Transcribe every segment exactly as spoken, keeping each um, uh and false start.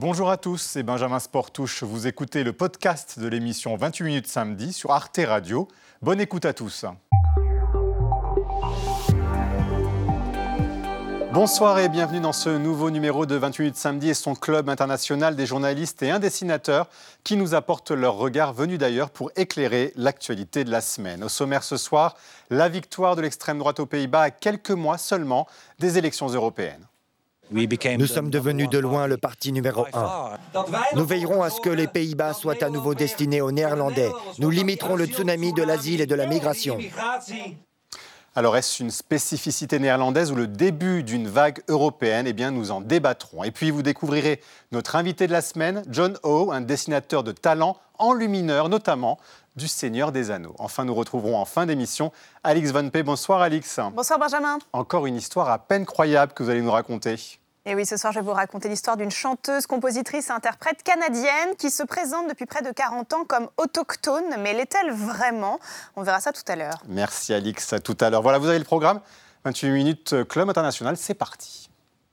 Bonjour à tous, c'est Benjamin Sportouche. Vous écoutez le podcast de l'émission vingt-huit minutes samedi sur Arte Radio. Bonne écoute à tous. Bonsoir et bienvenue dans ce nouveau numéro de vingt-huit minutes samedi et son club international des journalistes et un dessinateur qui nous apportent leur regard venu d'ailleurs pour éclairer l'actualité de la semaine. Au sommaire ce soir, la victoire de l'extrême droite aux Pays-Bas à quelques mois seulement des élections européennes. Nous sommes devenus de loin le parti numéro un. Nous veillerons à ce que les Pays-Bas soient à nouveau destinés aux Néerlandais. Nous limiterons le tsunami de l'asile et de la migration. Alors est-ce une spécificité néerlandaise ou le début d'une vague européenne ? Eh bien, nous en débattrons. Et puis, vous découvrirez notre invité de la semaine, John Howe, un dessinateur de talent enlumineur, notamment du Seigneur des Anneaux. Enfin, nous retrouverons en fin d'émission Alix Van P. Bonsoir Alix. Bonsoir Benjamin. Encore une histoire à peine croyable que vous allez nous raconter. Et oui, ce soir, je vais vous raconter l'histoire d'une chanteuse, compositrice et interprète canadienne qui se présente depuis près de quarante ans comme autochtone. Mais l'est-elle vraiment ? On verra ça tout à l'heure. Merci Alix, à tout à l'heure. Voilà, vous avez le programme. vingt-huit minutes Club International, c'est parti.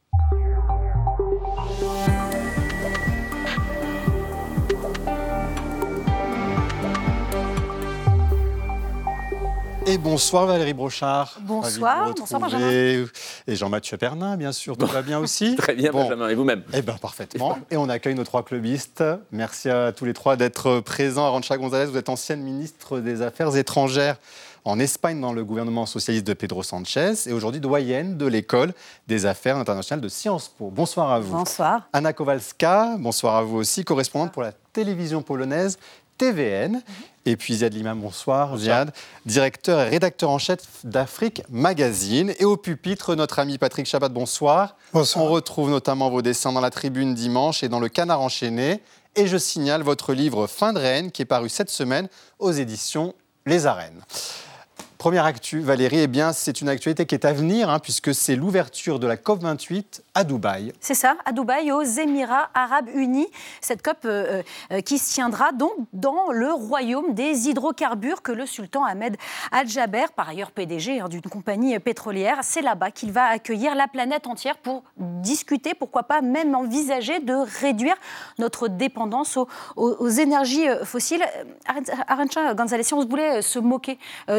Et bonsoir Valérie Brochard. Bonsoir, bonsoir Benjamin. Et Jean-Mathieu Pernin, bien sûr, tout va bien aussi. Très bien bon. Benjamin, et vous-même ? Eh bien parfaitement. Et on accueille nos trois clubistes. Merci à tous les trois d'être présents. Arantxa González, vous êtes ancienne ministre des Affaires étrangères en Espagne dans le gouvernement socialiste de Pedro Sánchez et aujourd'hui doyenne de l'école des affaires internationales de Sciences Po. Bonsoir à vous. Bonsoir. Anna Kowalska, bonsoir à vous aussi, correspondante pour la télévision polonaise T V N. Mm-hmm. Et puis Ziad Limam, bonsoir. bonsoir. Ziad, directeur et rédacteur en chef d'Afrique Magazine. Et au pupitre, notre ami Patrick Chabat, bonsoir. Bonsoir. On retrouve notamment vos dessins dans la Tribune dimanche et dans le Canard enchaîné. Et je signale votre livre Fin de règne qui est paru cette semaine aux éditions Les Arènes. Première actu, Valérie, eh bien, c'est une actualité qui est à venir, hein, puisque c'est l'ouverture de la COP vingt-huit à Dubaï. C'est ça, à Dubaï, aux Émirats Arabes Unis. Cette COP euh, euh, qui se tiendra donc dans le royaume des hydrocarbures que le sultan Ahmed Al-Jaber, par ailleurs P D G hein, d'une compagnie pétrolière, c'est là-bas qu'il va accueillir la planète entière pour discuter, pourquoi pas même envisager de réduire notre dépendance aux, aux, aux énergies fossiles. Arantxa González, si on voulait se moquer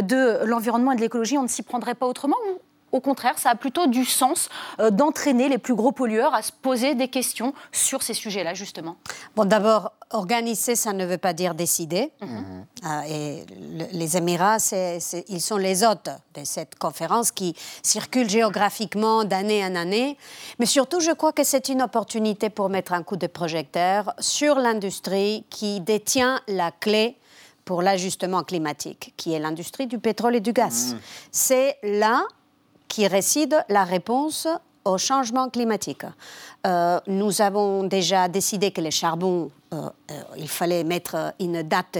de l'environnement et de l'écologie, on ne s'y prendrait pas autrement ou au contraire, ça a plutôt du sens euh, d'entraîner les plus gros pollueurs à se poser des questions sur ces sujets-là, justement ? Bon, d'abord, organiser, ça ne veut pas dire décider. Mm-hmm. Euh, et le, les Émirats, c'est, c'est, ils sont les hôtes de cette conférence qui circule géographiquement d'année en année. Mais surtout, je crois que c'est une opportunité pour mettre un coup de projecteur sur l'industrie qui détient la clé pour l'ajustement climatique, qui est l'industrie du pétrole et du gaz. Mmh. C'est là qui réside la réponse au changement climatique. Euh, nous avons déjà décidé que le charbon, euh, euh, il fallait mettre une date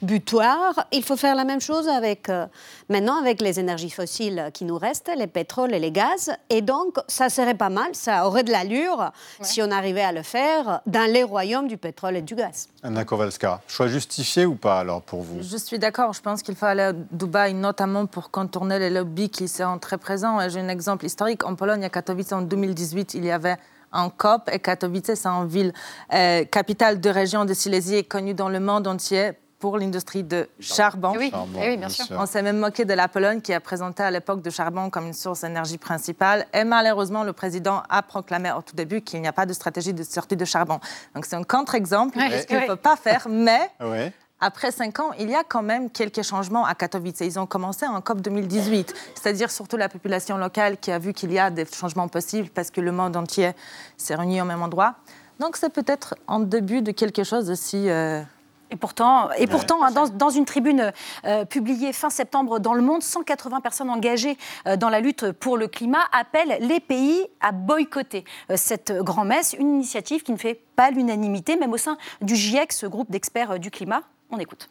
butoir. Il faut faire la même chose avec, euh, maintenant avec les énergies fossiles qui nous restent, les pétroles et les gaz. Et donc, ça serait pas mal, ça aurait de l'allure ouais. si on arrivait à le faire dans les royaumes du pétrole et du gaz. Anna Kowalska, choix justifié ou pas alors pour vous ? Je suis d'accord, je pense qu'il faut aller à Dubaï notamment pour contourner les lobbies qui sont très présents. J'ai un exemple historique. En Pologne, à Katowice, en deux mille dix-huit, il y avait un COP et Katowice, c'est une ville euh, capitale de région de Silésie connue dans le monde entier pour l'industrie de charbon. Oui, charbon, oui bien sûr. sûr. On s'est même moqué de la Pologne qui a présenté à l'époque le charbon comme une source d'énergie principale. Et malheureusement, le président a proclamé au tout début qu'il n'y a pas de stratégie de sortie de charbon. Donc c'est un contre-exemple ouais, de ce qu'il ne faut pas faire, mais... Ouais. Après cinq ans, il y a quand même quelques changements à Katowice. Ils ont commencé en COP deux mille dix-huit, c'est-à-dire surtout la population locale qui a vu qu'il y a des changements possibles parce que le monde entier s'est réuni au même endroit. Donc c'est peut-être un début de quelque chose aussi... Euh... Et pourtant, et pourtant hein, dans, dans une tribune euh, publiée fin septembre dans Le Monde, cent quatre-vingts personnes engagées euh, dans la lutte pour le climat appellent les pays à boycotter euh, cette grand-messe, une initiative qui ne fait pas l'unanimité, même au sein du GIEC, ce groupe d'experts euh, du climat. On écoute.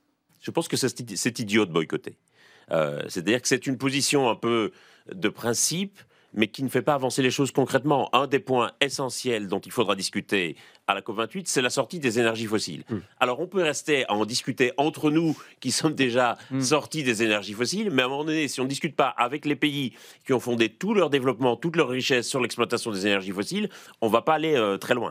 Je pense que c'est, c'est idiot de boycotter. Euh, c'est-à-dire que c'est une position un peu de principe, mais qui ne fait pas avancer les choses concrètement. Un des points essentiels dont il faudra discuter à la COP vingt-huit, c'est la sortie des énergies fossiles. Mmh. Alors on peut rester à en discuter entre nous qui sommes déjà mmh. sortis des énergies fossiles, mais à un moment donné, si on ne discute pas avec les pays qui ont fondé tout leur développement, toute leur richesse sur l'exploitation des énergies fossiles, on ne va pas aller euh, très loin.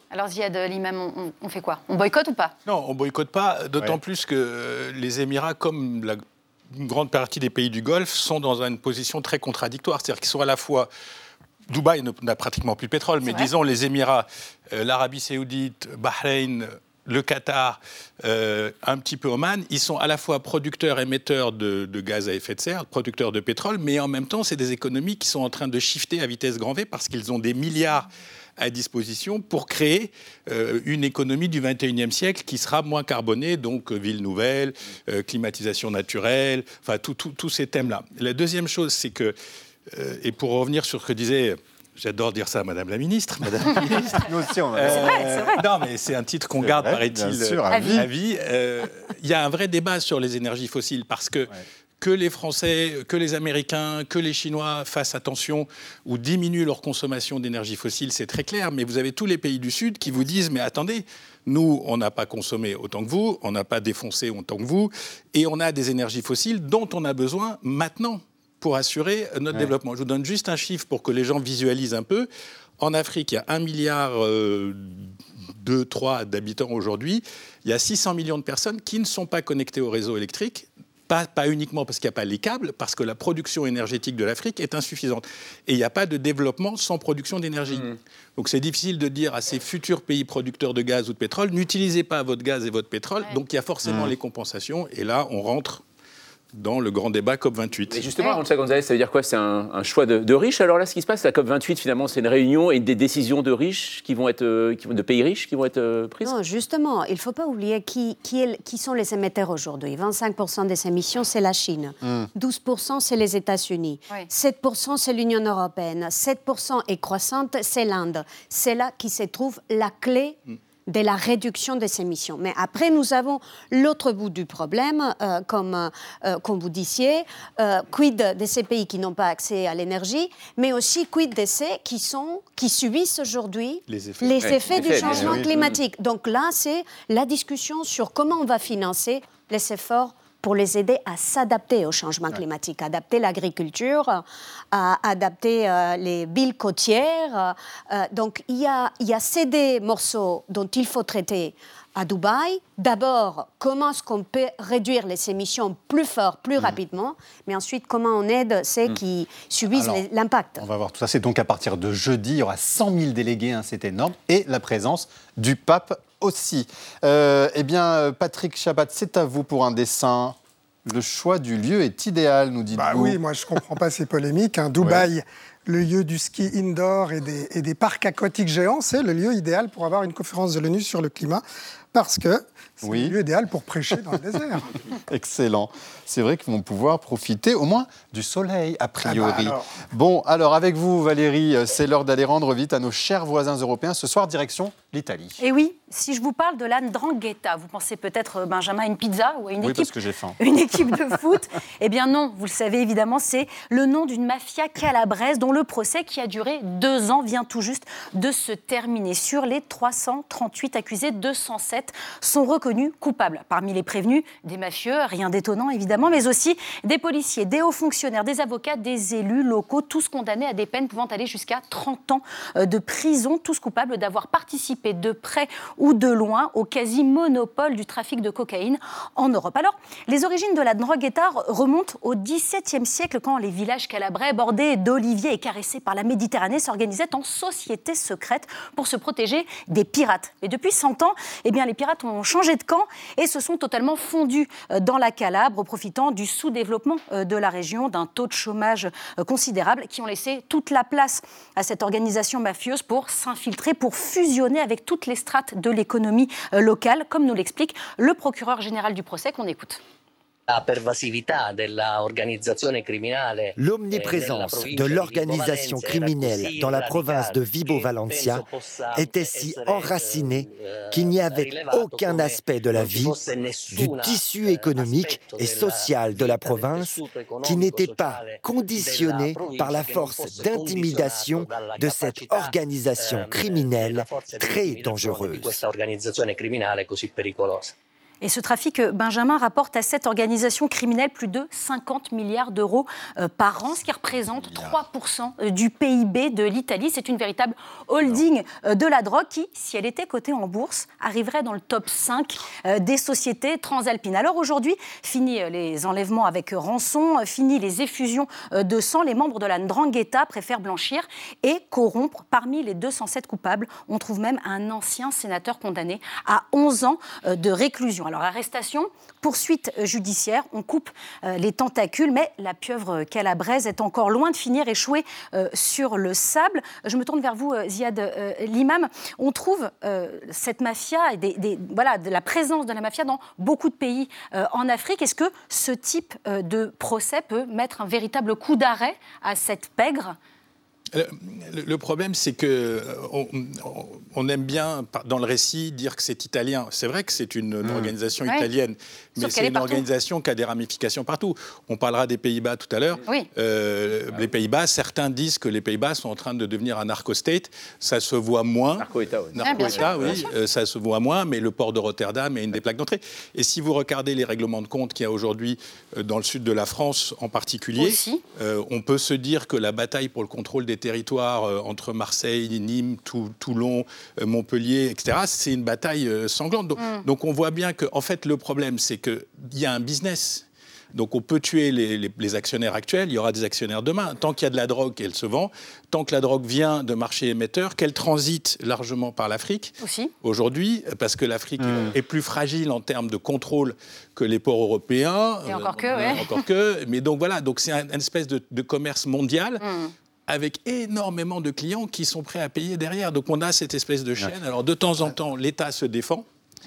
Alors Ziad l'imam, on, on fait quoi? On boycotte ou pas? Non, on boycotte pas, d'autant Ouais. plus que les Émirats, comme la une grande partie des pays du Golfe, sont dans une position très contradictoire. C'est-à-dire qu'ils sont à la fois... Dubaï n'a pratiquement plus de pétrole, mais vrai. disons les Émirats, euh, l'Arabie Saoudite, Bahreïn, le Qatar, euh, un petit peu Oman, ils sont à la fois producteurs, émetteurs de, de gaz à effet de serre, producteurs de pétrole, mais en même temps, c'est des économies qui sont en train de shifter à vitesse grand V parce qu'ils ont des milliards à disposition pour créer euh, une économie du vingt et unième siècle qui sera moins carbonée, donc euh, ville nouvelle, euh, climatisation naturelle, enfin tous ces thèmes-là. La deuxième chose, c'est que, euh, et pour revenir sur ce que disait... J'adore dire ça, Madame la Ministre. Madame la Ministre. Nous aussi, on va... Euh, C'est vrai, c'est vrai. Non, mais c'est un titre qu'on garde, vrai, paraît-il, bien sûr, à à vie. vie. Euh, Il y a un vrai débat sur les énergies fossiles parce que que les Français, que les Américains, que les Chinois fassent attention ou diminuent leur consommation d'énergie fossile, c'est très clair. Mais vous avez tous les pays du Sud qui vous disent « Mais attendez, nous, on n'a pas consommé autant que vous, on n'a pas défoncé autant que vous, et on a des énergies fossiles dont on a besoin maintenant pour assurer notre Ouais. développement. » Je vous donne juste un chiffre pour que les gens visualisent un peu. En Afrique, il y a un milliard euh, deux, trois d'habitants aujourd'hui. Il y a six cents millions de personnes qui ne sont pas connectées au réseau électrique. Pas, pas uniquement parce qu'il n'y a pas les câbles, parce que la production énergétique de l'Afrique est insuffisante. Et il n'y a pas de développement sans production d'énergie. Mmh. Donc c'est difficile de dire à ces futurs pays producteurs de gaz ou de pétrole, n'utilisez pas votre gaz et votre pétrole. Ouais. Donc il y a forcément mmh. les compensations. Et là, on rentre dans le grand débat COP vingt-huit. Et justement, Arantxa González, ça veut dire quoi? C'est un, un choix de, de riches? Alors là, ce qui se passe, la COP vingt-huit, finalement, c'est une réunion et des décisions de riches qui vont être, euh, qui vont, de pays riches qui vont être euh, prises? Non, justement, il ne faut pas oublier qui, qui, est, qui sont les émetteurs aujourd'hui. vingt-cinq pour cent des émissions, c'est la Chine. Mm. douze pour cent, c'est les États-Unis. Oui. sept pour cent, c'est l'Union européenne. sept pour cent est croissante, c'est l'Inde. C'est là qui se trouve la clé mm. de la réduction des émissions. Mais après, nous avons l'autre bout du problème, euh, comme, euh, comme vous disiez, euh, quid de ces pays qui n'ont pas accès à l'énergie, mais aussi quid de ceux qui, sont, qui subissent aujourd'hui les effets, les ouais, effets du effets, changement oui. climatique. Donc là, c'est la discussion sur comment on va financer les efforts pour les aider à s'adapter au changement ouais. climatique, adapter l'agriculture, à adapter euh, les villes côtières. Euh, donc, il y a, il y a ces des morceaux dont il faut traiter à Dubaï. D'abord, comment est-ce qu'on peut réduire les émissions plus fort, plus mmh. rapidement, mais ensuite, comment on aide ceux mmh. qui subissent Alors, les, l'impact. On va voir tout ça. C'est donc à partir de jeudi, il y aura cent mille délégués, hein, c'est énorme, et la présence du pape aussi. Euh, eh bien, Patrick Chabat, c'est à vous pour un dessin. Le choix du lieu est idéal, nous dites-vous. Bah oui, moi je ne comprends pas ces polémiques. Hein. Dubaï, ouais. le lieu du ski indoor et des, et des parcs aquatiques géants, c'est le lieu idéal pour avoir une conférence de l'ONU sur le climat, parce que c'est oui. le lieu idéal pour prêcher dans le désert. Excellent. C'est vrai qu'ils vont pouvoir profiter au moins du soleil, a priori. Ah bah alors. Bon, alors avec vous, Valérie, c'est l'heure d'aller rendre vite à nos chers voisins européens. Ce soir, direction l'Italie. Et oui, si je vous parle de la 'Ndrangheta, vous pensez peut-être, Benjamin, à une pizza ou à une oui, équipe, parce que j'ai faim. Une équipe de foot. Eh bien non, vous le savez évidemment, c'est le nom d'une mafia calabraise dont le procès, qui a duré deux ans, vient tout juste de se terminer. Sur les trois cent trente-huit accusés, deux cent sept sont reconnus coupables. Parmi les prévenus, des mafieux, rien d'étonnant évidemment, mais aussi des policiers, des hauts fonctionnaires, des avocats, des élus locaux, tous condamnés à des peines pouvant aller jusqu'à trente ans de prison, tous coupables d'avoir participé de près ou de loin au quasi-monopole du trafic de cocaïne en Europe. Alors, les origines de la 'Ndrangheta remontent au dix-septième siècle, quand les villages calabrais, bordés d'oliviers et caressés par la Méditerranée, s'organisaient en sociétés secrètes pour se protéger des pirates. Mais depuis cent ans, eh bien, les pirates ont changé de camp et se sont totalement fondus dans la Calabre, profitant du sous-développement de la région, d'un taux de chômage considérable, qui ont laissé toute la place à cette organisation mafieuse pour s'infiltrer, pour fusionner avec toutes les strates de l'économie locale, comme nous l'explique le procureur général du procès qu'on écoute. L'omniprésence de l'organisation criminelle dans la province de Vibo Valentia était si enracinée qu'il n'y avait aucun aspect de la vie, du tissu économique et social de la province qui n'était pas conditionné par la force d'intimidation de cette organisation criminelle très dangereuse. Et ce trafic, Benjamin, rapporte à cette organisation criminelle plus de cinquante milliards d'euros euh, par an, ce qui représente trois pour cent du P I B de l'Italie. C'est une véritable holding euh, de la drogue qui, si elle était cotée en bourse, arriverait dans le top cinq euh, des sociétés transalpines. Alors aujourd'hui, fini les enlèvements avec rançon, fini les effusions euh, de sang. Les membres de la Ndrangheta préfèrent blanchir et corrompre. Parmi les deux cent sept coupables, on trouve même un ancien sénateur condamné à onze ans euh, de réclusion. Alors arrestation, poursuite judiciaire, on coupe euh, les tentacules, mais la pieuvre calabraise est encore loin de finir échouée euh, sur le sable. Je me tourne vers vous, euh, Ziad euh, l'imam. On trouve euh, cette mafia, et des, des, voilà, de la présence de la mafia dans beaucoup de pays euh, en Afrique. Est-ce que ce type euh, de procès peut mettre un véritable coup d'arrêt à cette pègre ? Le, le problème, c'est que on, on aime bien, dans le récit, dire que c'est italien. C'est vrai que c'est une, une mmh. organisation ouais. italienne, mais Sauf c'est une partout. organisation qui a des ramifications partout. On parlera des Pays-Bas tout à l'heure. Oui. Euh, ah, les Pays-Bas, certains disent que les Pays-Bas sont en train de devenir un narco-state. Ça se voit moins. Narco-État, oui. Narco-État, oui. Euh, ça se voit moins, mais le port de Rotterdam est une des plaques d'entrée. Et si vous regardez les règlements de compte qu'il y a aujourd'hui euh, dans le sud de la France en particulier, euh, on peut se dire que la bataille pour le contrôle des territoires euh, entre Marseille, Nîmes, Tou- Toulon, euh, Montpellier, et cetera, c'est une bataille euh, sanglante. Donc, mm. donc on voit bien que, en fait, le problème, c'est qu'il y a un business. Donc on peut tuer les, les, les actionnaires actuels, il y aura des actionnaires demain. Tant qu'il y a de la drogue, elle se vend. Tant que la drogue vient de marchés émetteurs, qu'elle transite largement par l'Afrique. Aussi. Aujourd'hui, parce que l'Afrique mmh. est plus fragile en termes de contrôle que les ports européens. Et encore euh, que, ouais. Encore que. Mais donc voilà, donc c'est un, une espèce de, de commerce mondial. Mmh. Avec énormément de clients qui sont prêts à payer derrière. Donc on a cette espèce de chaîne. Alors de temps en temps, l'État se défend.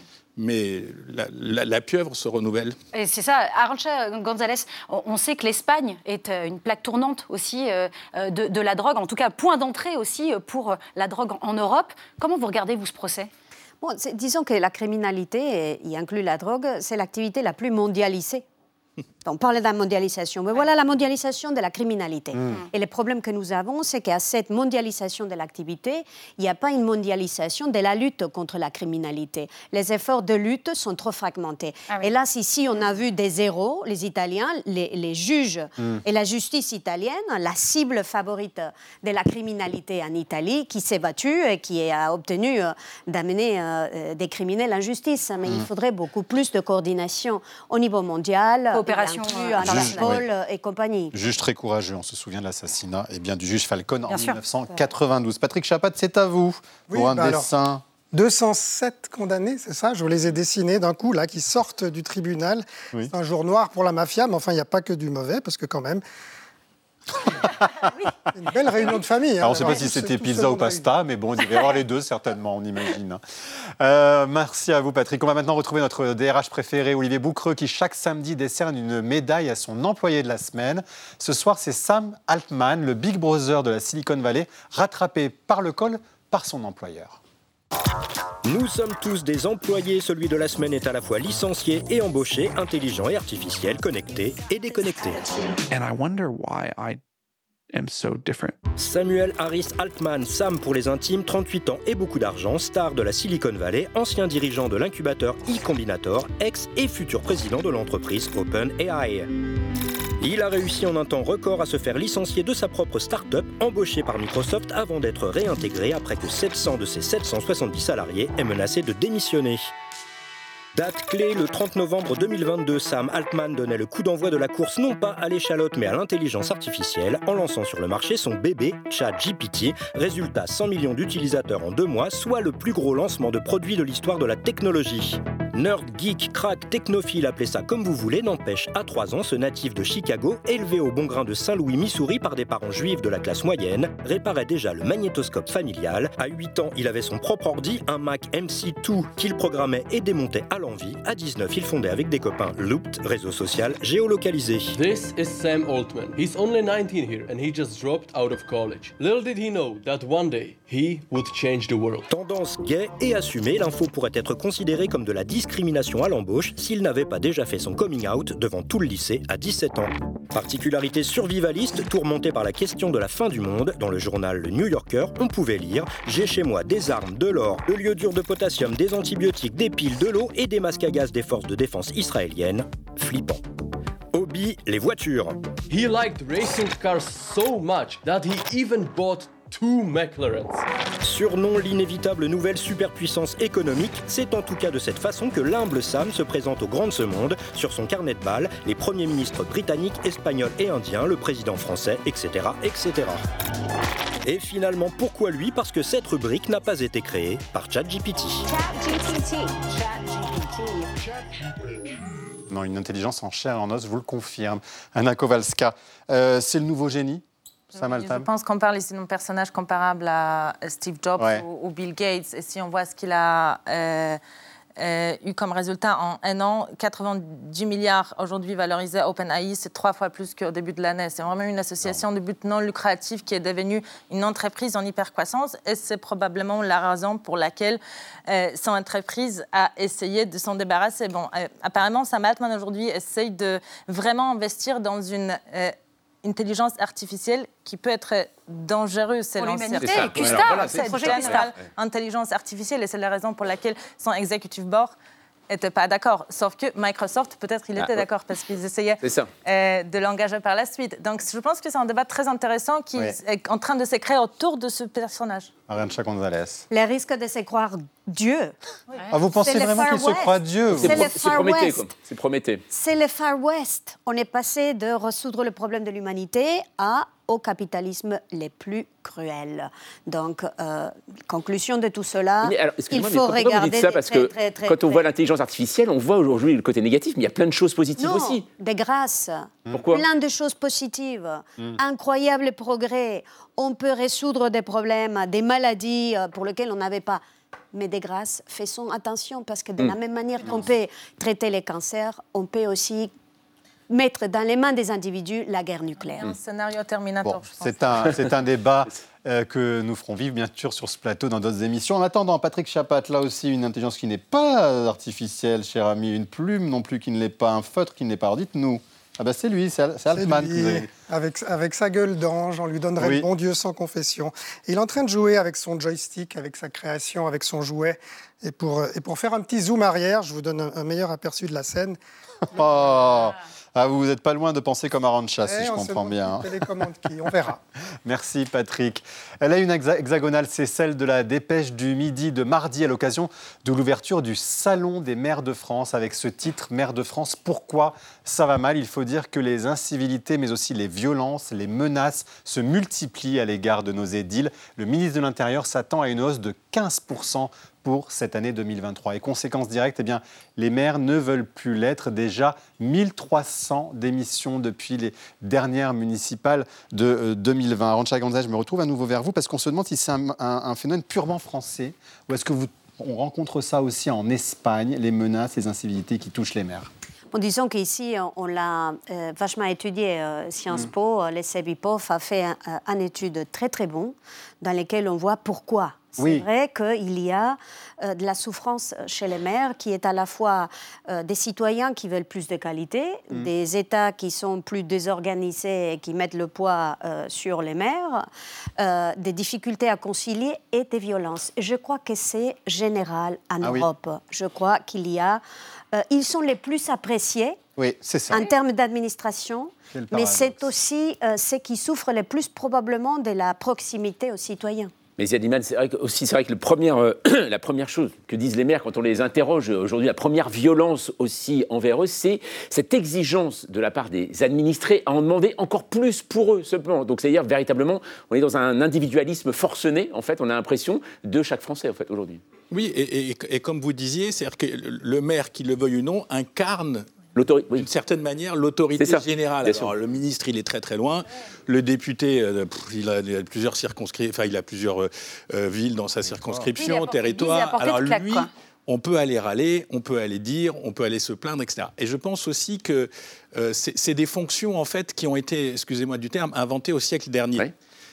Mais la, la, la pieuvre se renouvelle. Et c'est ça. Arantxa González, on, on sait que l'Espagne est une plaque tournante aussi euh, de, de la drogue, en tout cas point d'entrée aussi pour la drogue en Europe. Comment vous regardez, vous, ce procès ? Bon, disons que la criminalité, y inclut la drogue, c'est l'activité la plus mondialisée. On parlait de la mondialisation, mais voilà la mondialisation de la criminalité. Mmh. Et le problème que nous avons, c'est qu'à cette mondialisation de l'activité, il n'y a pas une mondialisation de la lutte contre la criminalité. Les efforts de lutte sont trop fragmentés. Ah oui. Et là, ici, on a vu des héros, les Italiens, les, les juges mmh. et la justice italienne, la cible favorite de la criminalité en Italie, qui s'est battue et qui a obtenu euh, d'amener euh, des criminels en justice. Mais mmh. il faudrait beaucoup plus de coordination au niveau mondial. Coopération internationale euh, et compagnie. Juge très courageux, on se souvient de l'assassinat eh bien, du juge Falcone Bien en sûr. dix-neuf cent quatre-vingt-douze. Patrick Chapat, c'est à vous oui, pour un bah dessin. Alors, deux cent sept condamnés, c'est ça ? Je vous les ai dessinés d'un coup, là, qui sortent du tribunal. Oui. C'est un jour noir pour la mafia, mais enfin, il n'y a pas que du mauvais, parce que quand même... oui. Une belle réunion de famille. Alors, hein, on ne sait pas si c'était pizza ou pasta, mais bon, il devait y avoir les deux, certainement, on imagine. Euh, merci à vous, Patrick. On va maintenant retrouver notre D R H préféré, Olivier Boucreux, qui chaque samedi décerne une médaille à son employé de la semaine. Ce soir, c'est Sam Altman, le Big Brother de la Silicon Valley, rattrapé par le col par son employeur. Nous sommes tous des employés. Celui de la semaine est à la fois licencié et embauché, intelligent et artificiel, connecté et déconnecté. And I wonder why I am so different. Samuel Harris Altman, Sam pour les intimes, trente-huit ans et beaucoup d'argent, star de la Silicon Valley, ancien dirigeant de l'incubateur e-Combinator, ex et futur président de l'entreprise OpenAI. Il a réussi en un temps record à se faire licencier de sa propre start-up, embauché par Microsoft avant d'être réintégré après que sept cents de ses sept cent soixante-dix salariés aient menacé de démissionner. Date clé, le trente novembre deux mille vingt-deux, Sam Altman donnait le coup d'envoi de la course non pas à l'échalote mais à l'intelligence artificielle en lançant sur le marché son bébé ChatGPT. Résultat, cent millions d'utilisateurs en deux mois, soit le plus gros lancement de produits de l'histoire de la technologie. Nerd, geek, crack, technophile, appelez ça comme vous voulez, n'empêche, à trois ans, ce natif de Chicago, élevé au bon grain de Saint-Louis, Missouri par des parents juifs de la classe moyenne, réparait déjà le magnétoscope familial. À huit ans, il avait son propre ordi, un Mac M C deux qu'il programmait et démontait à l'envie. À dix-neuf, il fondait avec des copains Looped, réseau social géolocalisé. This is Sam Altman. He's only nineteen here and he just dropped out of college. Little did he know that one day he would change the world. Tendance gay et assumée, l'info pourrait être considérée comme de la discrimination discrimination à l'embauche s'il n'avait pas déjà fait son coming out devant tout le lycée à dix-sept ans. Particularité survivaliste, tourmentée par la question de la fin du monde, dans le journal Le New Yorker, on pouvait lire « J'ai chez moi des armes, de l'or, le iodure de potassium, des antibiotiques, des piles, de l'eau et des masques à gaz des forces de défense israéliennes. » Flippant. Hobby, les voitures. He liked racing cars so much that he even bought two McLarens. Surnom l'inévitable nouvelle superpuissance économique, c'est en tout cas de cette façon que l'humble Sam se présente au grand de ce monde, sur son carnet de balles, les premiers ministres britanniques, espagnols et indiens, le président français, et cetera, et cetera. Et finalement, pourquoi lui ? Parce que cette rubrique n'a pas été créée par ChatGPT. ChatGPT. Non, une intelligence en chair et en os, je vous le confirme. Anna Kowalska, euh, c'est le nouveau génie ? Oui, je pense qu'on parle ici d'un personnage comparable à Steve Jobs ouais. ou, ou Bill Gates. Et si on voit ce qu'il a euh, euh, eu comme résultat en un an, quatre-vingt-dix milliards aujourd'hui valorisés à OpenAI, c'est trois fois plus qu'au début de l'année. C'est vraiment une association non. de but non lucratif qui est devenue une entreprise en hypercroissance. Et c'est probablement la raison pour laquelle euh, son entreprise a essayé de s'en débarrasser. Bon, euh, apparemment, Sam Altman aujourd'hui essaye de vraiment investir dans une... Euh, intelligence artificielle qui peut être dangereuse. C'est pour l'humanité, Q-Star, voilà, c'est le projet Q-Star. Intelligence artificielle, et c'est la raison pour laquelle son executive board n'était pas d'accord. Sauf que Microsoft, peut-être, il était ah, d'accord parce qu'ils essayaient euh, de l'engager par la suite. Donc, je pense que c'est un débat très intéressant qui oui. est en train de se créer autour de ce personnage. Arantxa González. Le risque de se croire Dieu. Oui. Ah, vous pensez vraiment qu'il se croit Dieu ? C'est, c'est le Far Prométhée, West. Quoi. C'est Prométhée. C'est le Far West. On est passé de résoudre le problème de l'humanité à au capitalisme les plus cruels. Donc, euh, conclusion de tout cela, mais alors, il faut mais regarder vous dites ça parce très, que très, très, quand on très... voit l'intelligence artificielle, on voit aujourd'hui le côté négatif, mais il y a plein de choses positives non, aussi. De grâce. Pourquoi ? Plein de choses positives. Mm. Incroyable progrès. On peut résoudre des problèmes, des maladies pour lesquelles on n'avait pas. Mais de grâce, faisons attention parce que de mm. la même manière qu'on peut traiter les cancers, on peut aussi mettre dans les mains des individus la guerre nucléaire. Un scénario Terminator, bon, je pense. C'est un, c'est un débat euh, que nous ferons vivre, bien sûr, sur ce plateau dans d'autres émissions. En attendant, Patrick Chapat, là aussi, une intelligence qui n'est pas artificielle, cher ami, une plume non plus qui ne l'est pas, un feutre qui ne l'est pas. Alors dites-nous. Ah ben c'est lui, c'est, c'est Altman. C'est lui, avez... avec, avec sa gueule d'ange, on lui donnerait oui. le bon Dieu sans confession. Et il est en train de jouer avec son joystick, avec sa création, avec son jouet. Et pour, et pour faire un petit zoom arrière, je vous donne un, un meilleur aperçu de la scène. Oh ah, vous n'êtes pas loin de penser comme Arantxa, si eh, je comprends bien. Télécommande qui, on verra. Merci Patrick. Elle a une hexa- hexagonale, c'est celle de la dépêche du midi de mardi à l'occasion de l'ouverture du Salon des maires de France avec ce titre « Maire de France, pourquoi ça va mal ?» Il faut dire que les incivilités, mais aussi les violences, les menaces se multiplient à l'égard de nos édiles. Le ministre de l'Intérieur s'attend à une hausse de quinze pour cent pour cette année deux mille vingt-trois. Et conséquence directe, eh bien, les maires ne veulent plus l'être. Déjà mille trois cents démissions depuis les dernières municipales de euh, deux mille vingt. Arantxa González, je me retrouve à nouveau vers vous parce qu'on se demande si c'est un, un, un phénomène purement français ou est-ce que vous, on rencontre ça aussi en Espagne, les menaces, les incivilités qui touchent les maires. Bon, disons qu'ici, on l'a euh, vachement étudié. Euh, Sciences mmh. Po, les CEBIPOF a fait un, un étude très très bon dans laquelle on voit pourquoi. C'est oui. vrai qu'il y a euh, de la souffrance chez les maires qui est à la fois euh, des citoyens qui veulent plus de qualité, mmh. des États qui sont plus désorganisés et qui mettent le poids euh, sur les maires, euh, des difficultés à concilier et des violences. Je crois que c'est général en ah, Europe. Oui. Je crois qu'il y a... Euh, ils sont les plus appréciés oui, c'est ça. en termes d'administration, mais c'est aussi euh, ceux qui souffrent le plus probablement de la proximité aux citoyens. Mais Ziad Iman, c'est vrai que, aussi, c'est vrai que le premier, euh, la première chose que disent les maires quand on les interroge aujourd'hui, la première violence aussi envers eux, c'est cette exigence de la part des administrés à en demander encore plus pour eux, simplement. Donc, c'est-à-dire, véritablement, on est dans un individualisme forcené, en fait, on a l'impression, de chaque Français, en fait, aujourd'hui. Oui, et, et, et comme vous disiez, c'est-à-dire que le maire, qu'il le veuille ou non, incarne... L'autorité, oui. d'une certaine manière, l'autorité générale. Alors, le ministre, il est très très loin. Le député, euh, pff, il, a, il a plusieurs circonscriptions, enfin, il a plusieurs euh, villes dans sa circonscription, oui, territoire. Alors lui, claque, on peut aller râler, on peut aller dire, on peut aller se plaindre, et cetera. Et je pense aussi que euh, c'est, c'est des fonctions en fait qui ont été, excusez-moi du terme, inventées au siècle dernier. Oui.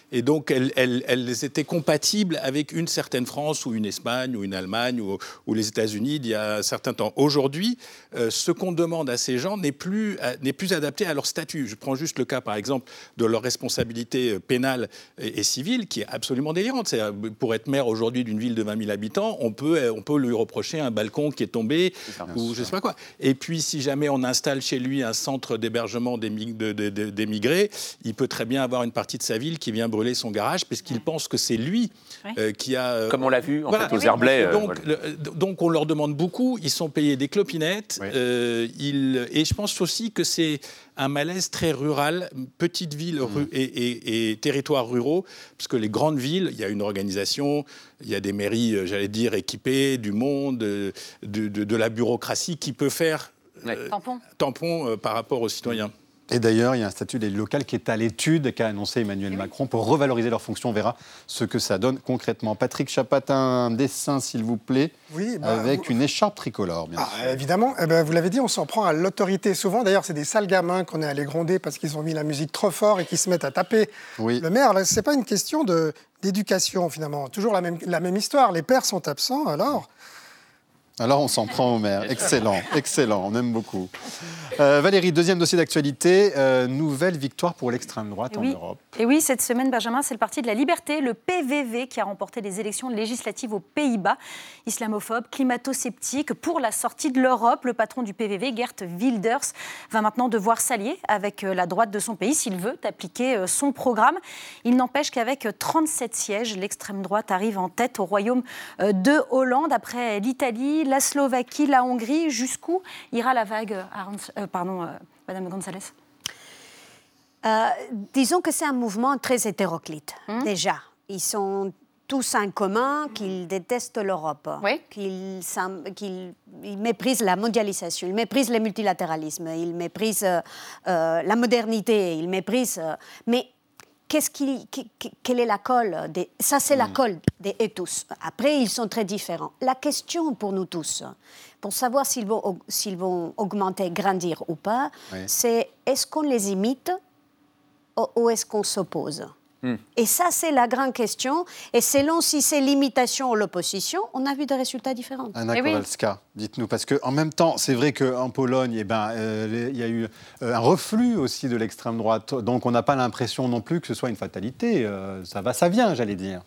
Et donc, elles, elles, elles étaient compatibles avec une certaine France ou une Espagne ou une Allemagne ou, ou les États-Unis d'il y a un certain temps. Aujourd'hui, euh, ce qu'on demande à ces gens n'est plus, euh, n'est plus adapté à leur statut. Je prends juste le cas, par exemple, de leur responsabilité pénale et, et civile, qui est absolument délirante. C'est, pour être maire aujourd'hui d'une ville de vingt mille habitants, on peut, on peut lui reprocher un balcon qui est tombé ou je ne sais pas quoi. Et puis, si jamais on installe chez lui un centre d'hébergement d'émigrés, il peut très bien avoir une partie de sa ville qui vient brûler son garage parce qu'il pense que c'est lui oui. euh, qui a... Euh, Comme on l'a vu, en voilà. fait, aux Herblay. Euh, donc, voilà. le, donc, on leur demande beaucoup. Ils sont payés des clopinettes. Oui. Euh, ils, et je pense aussi que c'est un malaise très rural, petites villes mmh. et, et, et territoires ruraux, parce que les grandes villes, il y a une organisation, il y a des mairies, j'allais dire, équipées, du monde, de, de, de la bureaucratie qui peut faire ouais. euh, tampon, tampon euh, par rapport aux citoyens. Et d'ailleurs, il y a un statut des locales qui est à l'étude, qu'a annoncé Emmanuel oui. Macron pour revaloriser leurs fonctions. On verra ce que ça donne concrètement. Patrick Chapatin, un dessin, s'il vous plaît, oui, bah, avec vous... une écharpe tricolore, bien ah, sûr. Évidemment, eh ben, vous l'avez dit, on s'en prend à l'autorité. Souvent, d'ailleurs, c'est des sales gamins qu'on est allés gronder parce qu'ils ont mis la musique trop fort et qui se mettent à taper oui. le maire. Ce n'est pas une question de, d'éducation, finalement. Toujours la même, la même histoire. Les pères sont absents, alors... Alors on s'en prend au maire. Excellent, excellent, on aime beaucoup. Euh, Valérie, deuxième dossier d'actualité, euh, nouvelle victoire pour l'extrême droite oui. en Europe. Et oui, cette semaine, Benjamin, c'est le Parti de la Liberté, le P V V, qui a remporté les élections législatives aux Pays-Bas. Islamophobe, climato-sceptique, pour la sortie de l'Europe, le patron du P V V, Geert Wilders, va maintenant devoir s'allier avec la droite de son pays s'il veut appliquer son programme. Il n'empêche qu'avec trente-sept sièges, l'extrême droite arrive en tête au royaume de Hollande, après l'Italie, la Slovaquie, la Hongrie. Jusqu'où ira la vague, euh, pardon, euh, Madame González? euh, Disons que c'est un mouvement très hétéroclite, mmh. déjà. Ils sont tous en commun qu'ils détestent l'Europe, oui. qu'ils, qu'ils ils méprisent la mondialisation, ils méprisent le multilatéralisme, ils méprisent euh, euh, la modernité, ils méprisent... Euh, mais Qu'est-ce qui, quelle est la colle des, ça, c'est mmh. la colle des et tous. Après, ils sont très différents. La question pour nous tous, pour savoir s'ils vont, s'ils vont augmenter, grandir ou pas, oui. c'est est-ce qu'on les imite ou, ou est-ce qu'on s'oppose ? Mmh. Et ça, c'est la grande question. Et selon si c'est l'imitation ou l'opposition, on a vu des résultats différents. Anna eh Kowalska, oui. dites-nous, parce qu'en même temps, c'est vrai qu'en Pologne, eh ben, euh, il y a eu euh, un reflux aussi de l'extrême droite. Donc, on n'a pas l'impression non plus que ce soit une fatalité. Euh, ça va, ça vient, j'allais dire.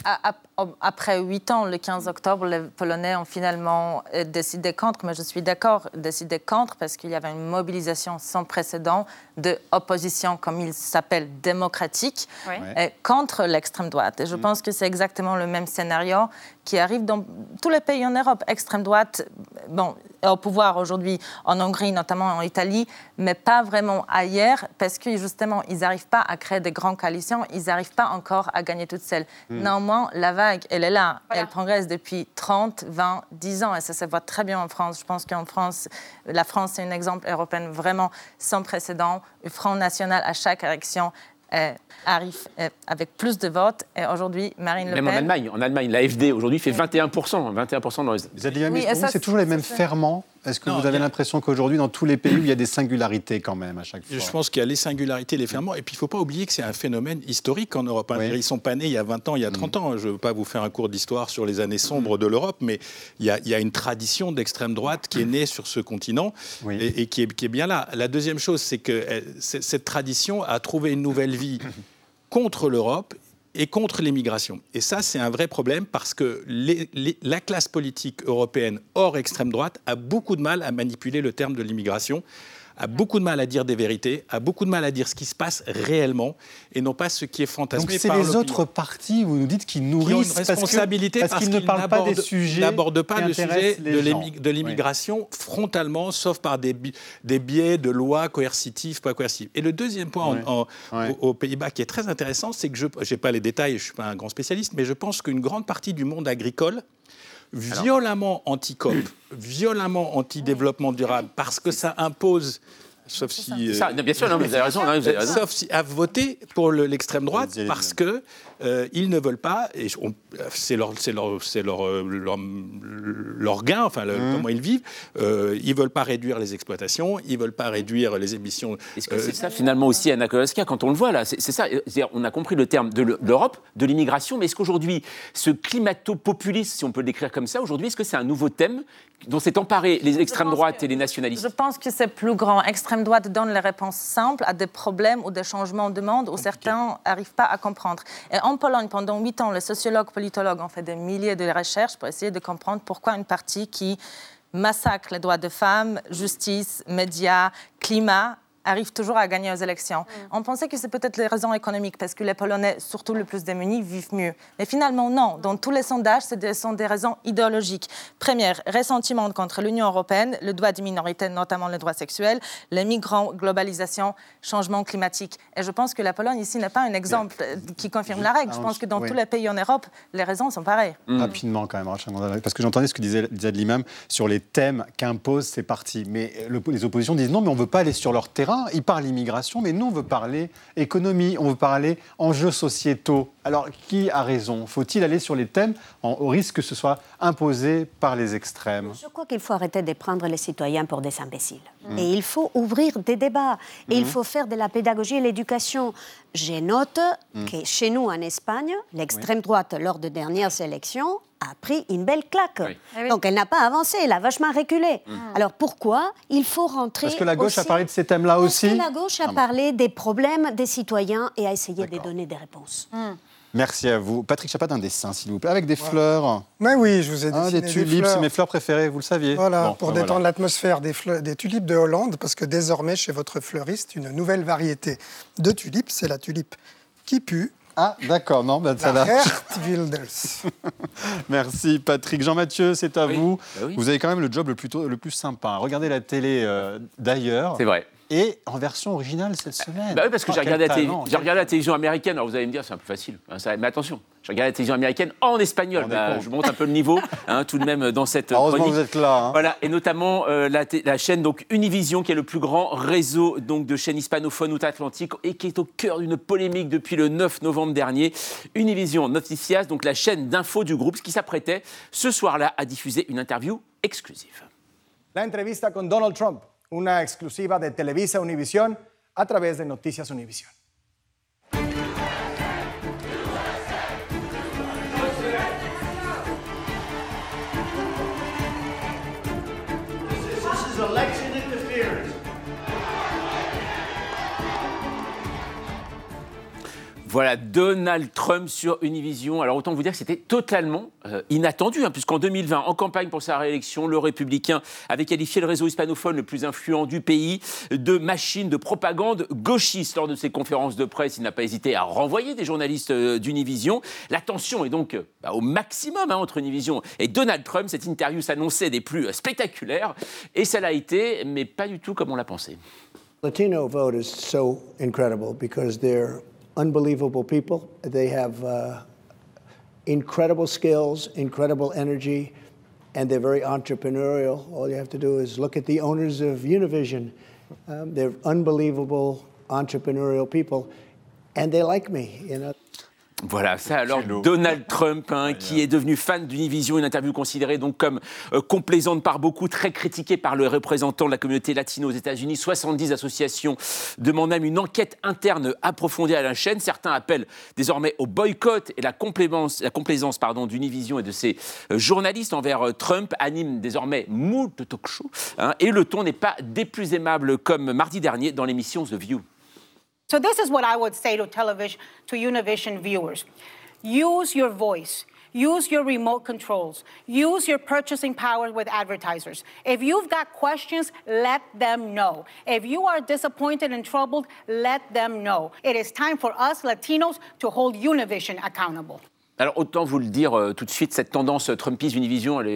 Après huit ans, le quinze octobre, les Polonais ont finalement décidé contre. Mais je suis d'accord, décidé contre parce qu'il y avait une mobilisation sans précédent de opposition, comme il s'appelle, démocratique. Oui. Et contre l'extrême droite. Et je mmh. pense que c'est exactement le même scénario qui arrive dans tous les pays en Europe. Extrême droite, bon, est au pouvoir aujourd'hui en Hongrie, notamment en Italie, mais pas vraiment ailleurs, parce que justement, ils n'arrivent pas à créer de grandes coalitions, ils n'arrivent pas encore à gagner toutes seules. Mmh. Néanmoins, la vague, elle est là. Voilà. Elle progresse depuis trente, vingt, dix ans, et ça se voit très bien en France. Je pense qu'en France, la France, c'est un exemple européen vraiment sans précédent. Le Front National, à chaque élection, Euh, arrive euh, avec plus de votes. Et aujourd'hui, Marine Le Pen... Même en Allemagne. En Allemagne, l'A F D, aujourd'hui, fait vingt et un pour cent. vingt et un pour cent dans les... Vous avez dit, oui, c'est, c'est toujours les mêmes ferments. Est-ce que non, vous avez a... l'impression qu'aujourd'hui, dans tous les pays, il y a des singularités quand même à chaque fois? Je pense qu'il y a les singularités, les ferments. Et puis, il ne faut pas oublier que c'est un phénomène historique en Europe. Oui. Ils sont pas nés il y a vingt ans, il y a trente mmh. ans. Je ne veux pas vous faire un cours d'histoire sur les années sombres mmh. de l'Europe, mais il y, a, il y a une tradition d'extrême droite qui est née sur ce continent oui. et, et qui, est, qui est bien là. La deuxième chose, c'est que c'est, cette tradition a trouvé une nouvelle vie contre l'Europe et contre l'immigration. Et ça, c'est un vrai problème parce que les, les, la classe politique européenne hors extrême droite a beaucoup de mal à manipuler le terme de l'immigration, a beaucoup de mal à dire des vérités, a beaucoup de mal à dire ce qui se passe réellement et non pas ce qui est fantasmé par l'opinion. Donc c'est les autres partis, vous nous dites, qui nourrissent qui ont une responsabilité parce, que, parce qu'ils, parce qu'ils ne parlent pas des sujets n'abordent pas le sujet de, l'émig- de l'immigration oui. frontalement, sauf par des, bi- des biais de lois coercitives, pas coercitives. Et le deuxième point oui. en, en, oui. aux, aux Pays-Bas qui est très intéressant, c'est que je n'ai pas les détails, je ne suis pas un grand spécialiste, mais je pense qu'une grande partie du monde agricole violemment anti-C O P, violemment anti-développement durable, parce que ça impose, sauf si... Ça, bien sûr, non, vous avez raison. Non, vous avez raison. Sauf si à voter pour le, l'extrême droite, parce que euh, ils ne veulent pas, et on, c'est leur, c'est leur, c'est leur, leur, leur gain, enfin le, mmh. comment ils vivent, euh, ils ne veulent pas réduire les exploitations, ils ne veulent pas réduire les émissions. Est-ce que euh, c'est ça finalement aussi, Anna Kowalska, quand on le voit là, c'est, c'est ça, c'est-à-dire, on a compris le terme de l'Europe, de l'immigration, mais est-ce qu'aujourd'hui, ce climato-populisme, si on peut le décrire comme ça, aujourd'hui, est-ce que c'est un nouveau thème dont s'est emparé les extrêmes droites que, et les nationalistes? Je pense que c'est plus grand. Extrême droite donne les réponses simples à des problèmes ou des changements de monde où certains n'arrivent pas à comprendre. Et en Pologne, pendant huit ans, les sociologues, politologues ont fait des milliers de recherches pour essayer de comprendre pourquoi une partie qui massacre les droits des femmes, justice, médias, climat, arrive toujours à gagner aux élections. Mm. On pensait que c'est peut-être les raisons économiques, parce que les Polonais, surtout les plus démunis, vivent mieux. Mais finalement, non. Dans tous les sondages, ce sont des raisons idéologiques. Première, ressentiment contre l'Union européenne, le droit des minorités, notamment les droits sexuels, les migrants, globalisation, changement climatique. Et je pense que la Pologne, ici, n'est pas un exemple Mais, qui confirme je, la règle. Je pense que dans oui. tous les pays en Europe, les raisons sont pareilles. Mm. Rapidement, quand même, parce que j'entendais ce que disait Ziad Limam sur les thèmes qu'imposent ces partis. Mais le, les oppositions disent non, mais on ne veut pas aller sur leur terrain. Ils parlent immigration, mais nous, on veut parler économie, on veut parler enjeux sociétaux. Alors, qui a raison? Faut-il aller sur les thèmes en, au risque que ce soit imposé par les extrêmes? Je crois qu'il faut arrêter de prendre les citoyens pour des imbéciles. Mmh. Et il faut ouvrir des débats. Et mmh. il faut faire de la pédagogie et l'éducation. Je note mmh. que chez nous, en Espagne, l'extrême oui. droite, lors des dernières élections, a pris une belle claque. Oui. Donc, elle n'a pas avancé, elle a vachement reculé. Mmh. Alors, pourquoi il faut rentrer... Parce que la gauche aussi... a parlé de ces thèmes-là aussi. Parce que la gauche a ah bon. parlé des problèmes des citoyens et a essayé D'accord. de donner des réponses. Mmh. Merci à vous. Patrick Chapat, un dessin, s'il vous plaît, avec des ouais. fleurs. Mais oui, je vous ai dessiné ah, des tulipes, des c'est mes fleurs préférées, vous le saviez. Voilà, bon, pour ben détendre voilà. l'atmosphère, des, fleurs, des tulipes de Hollande, parce que désormais, chez votre fleuriste, une nouvelle variété de tulipes, c'est la tulipe qui pue. Ah, d'accord, non, ben, ça va. Wilders. Merci, Patrick. Jean-Mathieu, c'est à oui. vous. Ben oui. Vous avez quand même le job le plus, tôt, le plus sympa. Regardez la télé euh, d'ailleurs. C'est vrai. Et en version originale cette semaine. Bah oui, parce que oh, j'ai, regardé la, télé- talent, j'ai regardé la télévision américaine. Alors vous allez me dire, c'est un peu facile. Hein, ça, mais attention, j'ai regardé la télévision américaine en espagnol. Bah, je monte un peu le niveau, hein, tout de même, dans cette Heureusement chronique. Vous êtes là. Hein. Voilà, et notamment euh, la, t- la chaîne donc, Univision, qui est le plus grand réseau donc, de chaînes hispanophones outre-Atlantique et qui est au cœur d'une polémique depuis le neuf novembre dernier. Univision Noticias, donc la chaîne d'info du groupe, qui s'apprêtait ce soir-là à diffuser une interview exclusive. La entrevista con Donald Trump. Una exclusiva de Televisa Univision a través de Noticias Univision. This is election interference. Voilà, Donald Trump sur Univision. Alors autant vous dire que c'était totalement euh, inattendu, hein, puisqu'en deux mille vingt, en campagne pour sa réélection, le républicain avait qualifié le réseau hispanophone le plus influent du pays de machine de propagande gauchiste. Lors de ses conférences de presse, il n'a pas hésité à renvoyer des journalistes euh, d'Univision. La tension est donc euh, bah, au maximum hein, entre Univision et Donald Trump. Cette interview s'annonçait des plus euh, spectaculaires, et ça l'a été, mais pas du tout comme on l'a pensé. Latino vote is so incredible because they're unbelievable people. They have uh, incredible skills, incredible energy, and they're very entrepreneurial. All you have to do is look at the owners of Univision. Um, they're unbelievable entrepreneurial people, and they like me, you know. Voilà, ça alors Donald Trump, hein, qui est devenu fan d'Univision, une interview considérée donc comme euh, complaisante par beaucoup, très critiquée par le représentant de la communauté latino aux États-Unis. soixante-dix associations demandent même une enquête interne approfondie à la chaîne. Certains appellent désormais au boycott, et la complaisance, la complaisance pardon, d'Univision et de ses euh, journalistes envers euh, Trump anime désormais moult de talk shows, hein, et le ton n'est pas des plus aimables comme mardi dernier dans l'émission The View. So this is what I would say to television, to Univision viewers. Use your voice. Use your remote controls. Use your purchasing power with advertisers. If you've got questions, let them know. If you are disappointed and troubled, let them know. It is time for us Latinos to hold Univision accountable. Alors autant vous le dire euh, tout de suite, cette tendance Trumpiste Univision, elle est euh,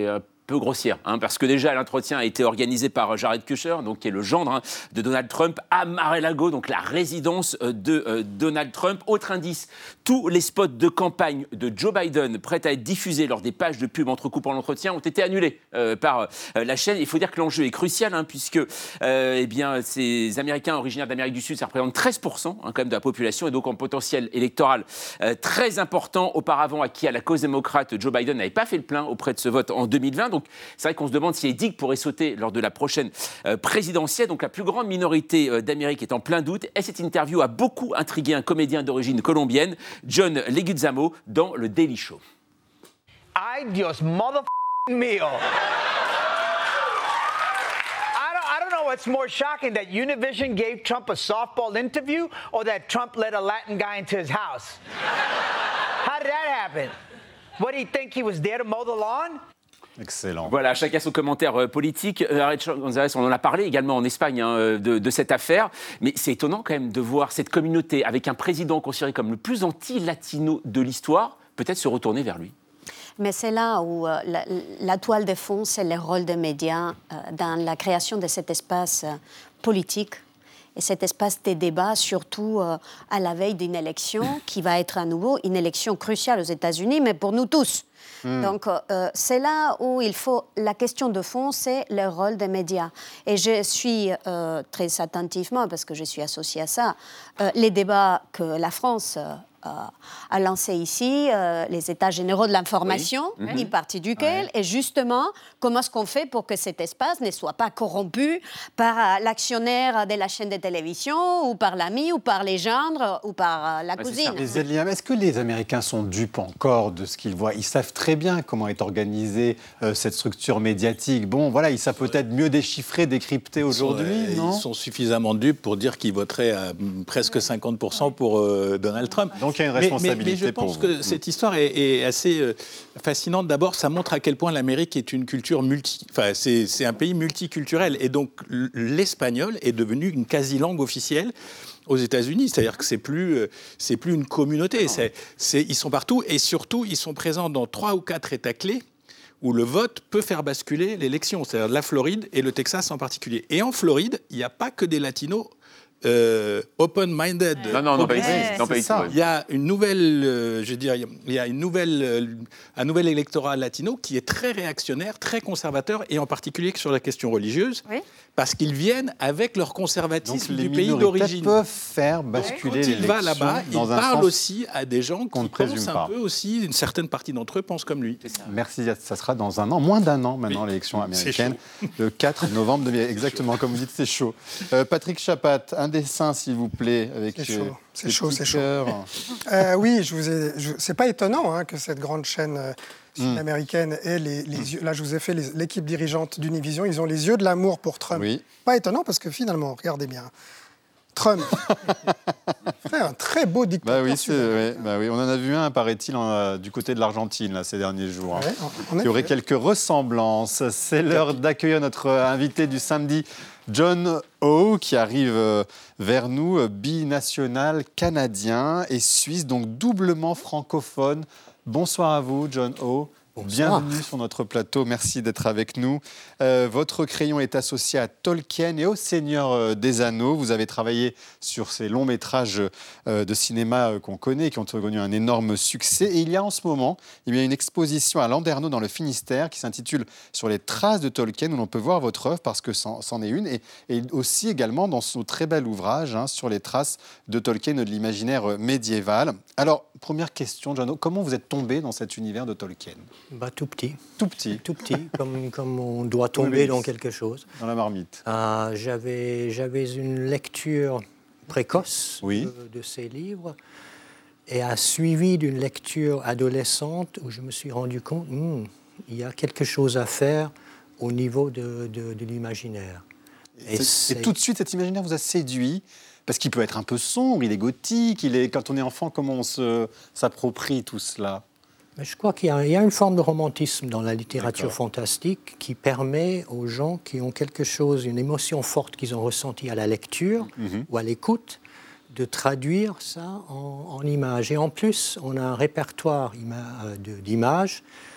peu grossière, hein, parce que déjà l'entretien a été organisé par Jared Kushner, donc qui est le gendre hein, de Donald Trump, à Mar-a-Lago, donc la résidence de euh, Donald Trump. Autre indice, tous les spots de campagne de Joe Biden prêts à être diffusés lors des pages de pub entrecoupant l'entretien ont été annulés euh, par euh, la chaîne. Il faut dire que l'enjeu est crucial, hein, puisque euh, eh bien, ces Américains originaires d'Amérique du Sud, ça représente treize pour cent hein, quand même de la population, et donc en potentiel électoral euh, très important. Auparavant, à qui à la cause démocrate, Joe Biden n'avait pas fait le plein auprès de ce vote en deux mille vingt. Donc c'est vrai qu'on se demande si les digues pourraient sauter lors de la prochaine euh, présidentielle. Donc la plus grande minorité euh, d'Amérique est en plein doute. Et cette interview a beaucoup intrigué un comédien d'origine colombienne, John Leguizamo, dans le Daily Show. Ay, Dios motherfucking mio. I don't, I don't know what's more shocking, that Univision gave Trump a softball interview or that Trump let a Latin guy into his house. How did that happen? What, do you think he was there to mow the lawn? Excellent. Voilà, chacun son commentaire euh, politique. Euh, Rachel González, on en a parlé également en Espagne hein, de, de cette affaire. Mais c'est étonnant quand même de voir cette communauté avec un président considéré comme le plus anti-latino de l'histoire, peut-être se retourner vers lui. Mais c'est là où euh, la, la toile de fond, c'est le rôle des médias euh, dans la création de cet espace euh, politique et cet espace des débats, surtout euh, à la veille d'une élection qui va être à nouveau une élection cruciale aux États-Unis, mais pour nous tous. Mm. Donc, euh, c'est là où il faut... La question de fond, c'est le rôle des médias. Et je suis euh, très attentivement, parce que je suis associée à ça, euh, les débats que la France... Euh, a lancé ici euh, les états généraux de l'information, oui. mm-hmm. une partie duquel ouais. est justement comment est-ce qu'on fait pour que cet espace ne soit pas corrompu par euh, l'actionnaire de la chaîne de télévision ou par l'ami ou par les gendres ou par euh, la ouais, cousine. Mais Eliam, est-ce que les Américains sont dupes encore de ce qu'ils voient? Ils savent très bien comment est organisée euh, cette structure médiatique. Bon, voilà, ils savent peut-être mieux déchiffrer, décrypter aujourd'hui, ils non? Ils sont suffisamment dupes pour dire qu'ils voteraient à presque cinquante pour cent pour euh, Donald Trump. Donc il y a une responsabilité. Mais, mais, mais je pense que cette histoire est, est assez euh, fascinante. D'abord, ça montre à quel point l'Amérique est une culture multi... Enfin, c'est, c'est un pays multiculturel. Et donc, l'espagnol est devenu une quasi-langue officielle aux États-Unis. C'est-à-dire que c'est plus, euh, c'est plus une communauté. C'est, c'est, ils sont partout. Et surtout, ils sont présents dans trois ou quatre États clés où le vote peut faire basculer l'élection. C'est-à-dire la Floride et le Texas en particulier. Et en Floride, il n'y a pas que des latinos Euh, open-minded. Non, non, non, pas ici. Non, pas ici. Il y a une nouvelle, euh, je veux dire, il y a une nouvelle, euh, un nouvel électorat latino qui est très réactionnaire, très conservateur, et en particulier sur la question religieuse, oui. parce qu'ils viennent avec leur conservatisme Donc, du pays d'origine. Les peuvent faire basculer Quand l'élection. il va là-bas, il parle aussi à des gens qui pensent un pas. peu aussi, une certaine partie d'entre eux pensent comme lui. Merci, ça sera dans un an, moins d'un an maintenant, oui. l'élection américaine, le quatre novembre deux mille. Exactement, comme vous dites, c'est chaud. Euh, Patrick Chapat, un dessin, s'il vous plaît, avec c'est chaud, euh, c'est chaud, c'est chaud. euh, oui, je vous ai. Je, c'est pas étonnant hein, que cette grande chaîne euh, sud-américaine mm. ait les, les mm. yeux. Là, je vous ai fait les, l'équipe dirigeante d'Univision. Ils ont les yeux de l'amour pour Trump. Oui. Pas étonnant parce que finalement, regardez bien. Trump fait un très beau dictateur. Bah oui, c'est, ouais, bah oui, on en a vu un, paraît-il, en, du côté de l'Argentine là, ces derniers jours. Ouais, hein, qui aurait quelques ressemblances. C'est l'heure d'accueillir notre invité du samedi, John O, qui arrive vers nous, binational canadien et suisse, donc doublement francophone. Bonsoir à vous, John O. Bonsoir. Bienvenue sur notre plateau, merci d'être avec nous. Euh, votre crayon est associé à Tolkien et au Seigneur des Anneaux. Vous avez travaillé sur ces longs métrages euh, de cinéma euh, qu'on connaît, qui ont connu un énorme succès. Et il y a en ce moment il y a une exposition à Landerneau dans le Finistère qui s'intitule « Sur les traces de Tolkien » où l'on peut voir votre œuvre parce que c'en, c'en est une. Et, et aussi également dans son très bel ouvrage hein, sur les traces de Tolkien et de l'imaginaire médiéval. Alors, première question, John O, comment vous êtes tombé dans cet univers de Tolkien ? Bah, tout petit. Tout petit. Tout petit, comme, comme on doit tomber oui, dans quelque chose. Dans la marmite. Euh, j'avais, j'avais une lecture précoce oui. de, de ces livres et a suivi d'une lecture adolescente où je me suis rendu compte hmm, il y a quelque chose à faire au niveau de, de, de l'imaginaire. Et, et tout de suite, cet imaginaire vous a séduit parce qu'il peut être un peu sombre, il est gothique, il est, quand on est enfant, comment on se, s'approprie tout cela ? Mais je crois qu'il y a, il y a une forme de romantisme dans la littérature D'accord. fantastique qui permet aux gens qui ont quelque chose, une émotion forte qu'ils ont ressentie à la lecture mm-hmm. ou à l'écoute, de traduire ça en, en images. Et en plus, on a un répertoire ima- de, d'images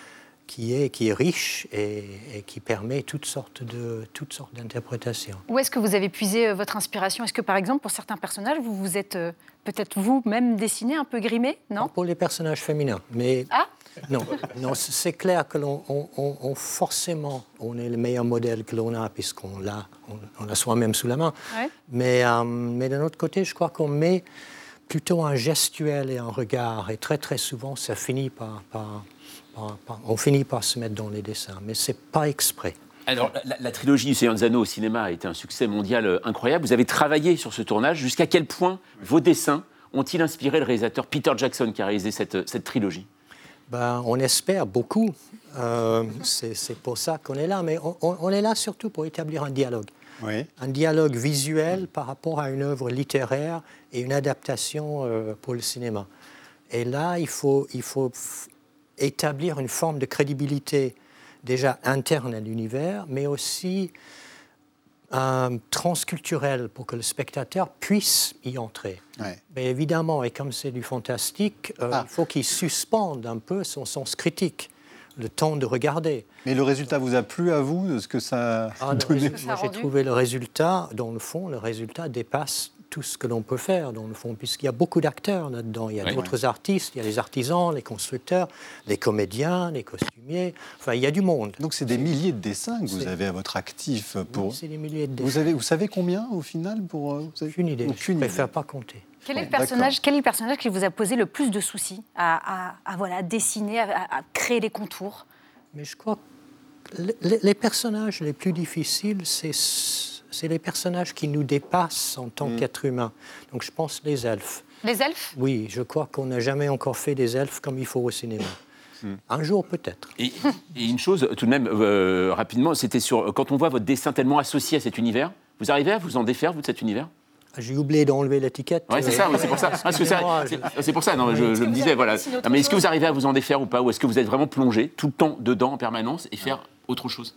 qui est, qui est riche et, et qui permet toutes sortes, de, toutes sortes d'interprétations. Où est-ce que vous avez puisé euh, votre inspiration? Est-ce que, par exemple, pour certains personnages, vous vous êtes euh, peut-être vous-même dessiné, un peu grimé, non? Pas pour les personnages féminins, mais... Ah Non, non, c'est clair que l'on, on, on, on, forcément, on est le meilleur modèle que l'on a, puisqu'on l'a, on, on l'a soi-même sous la main. Ouais. Mais, euh, mais d'un autre côté, je crois qu'on met plutôt un gestuel et un regard, et très très souvent, ça finit par, par, par, par on finit par se mettre dans les dessins, mais c'est pas exprès. Alors, la, la trilogie du Seigneur des Anneaux au cinéma a été un succès mondial euh, incroyable. Vous avez travaillé sur ce tournage. Jusqu'à quel point vos dessins ont-ils inspiré le réalisateur Peter Jackson qui a réalisé cette, cette trilogie? Ben, on espère beaucoup. Euh, c'est, c'est pour ça qu'on est là. Mais on, on est là surtout pour établir un dialogue. Oui. Un dialogue visuel par rapport à une œuvre littéraire et une adaptation euh, pour le cinéma. Et là, il faut, il faut f- établir une forme de crédibilité déjà interne à l'univers, mais aussi euh, transculturelle pour que le spectateur puisse y entrer. Ouais. Mais évidemment, et comme c'est du fantastique, euh, ah. il faut qu'il suspende un peu son sens critique, le temps de regarder. Mais le résultat vous a plu à vous, de ce que ça a ah, donné? résultat, Moi, j'ai trouvé le résultat, dans le fond, le résultat dépasse tout ce que l'on peut faire, dans le fond, puisqu'il y a beaucoup d'acteurs là-dedans. Il y a oui, d'autres oui. artistes, il y a les artisans, les constructeurs, les comédiens, les costumiers. Enfin, il y a du monde. Donc, c'est des milliers de dessins que vous c'est... avez à votre actif. Pour... Oui, c'est des milliers de dessins. Vous, avez, vous savez combien, au final pour... Vous avez... Aucune idée. Aucune je préfère idée. pas compter. Quel est, le personnage, quel est le personnage qui vous a posé le plus de soucis à, à, à voilà, dessiner, à, à créer les contours? Mais je crois que les, les personnages les plus difficiles, c'est... c'est les personnages qui nous dépassent en tant mmh. qu'êtres humains. Donc je pense les elfes. Les elfes? Oui, je crois qu'on n'a jamais encore fait des elfes comme il faut au cinéma. Mmh. Un jour peut-être. Et, et une chose tout de même, euh, rapidement, c'était sur quand on voit votre dessin tellement associé à cet univers, vous arrivez à vous en défaire, vous, de cet univers? J'ai oublié d'enlever l'étiquette. Oui, c'est ça, oui, c'est pour ça. Parce que ça c'est, c'est pour ça, non, je, je me disais, voilà. Non, mais est-ce que vous arrivez à vous en défaire ou pas? Ou est-ce que vous êtes vraiment plongé tout le temps dedans en permanence et faire autre chose?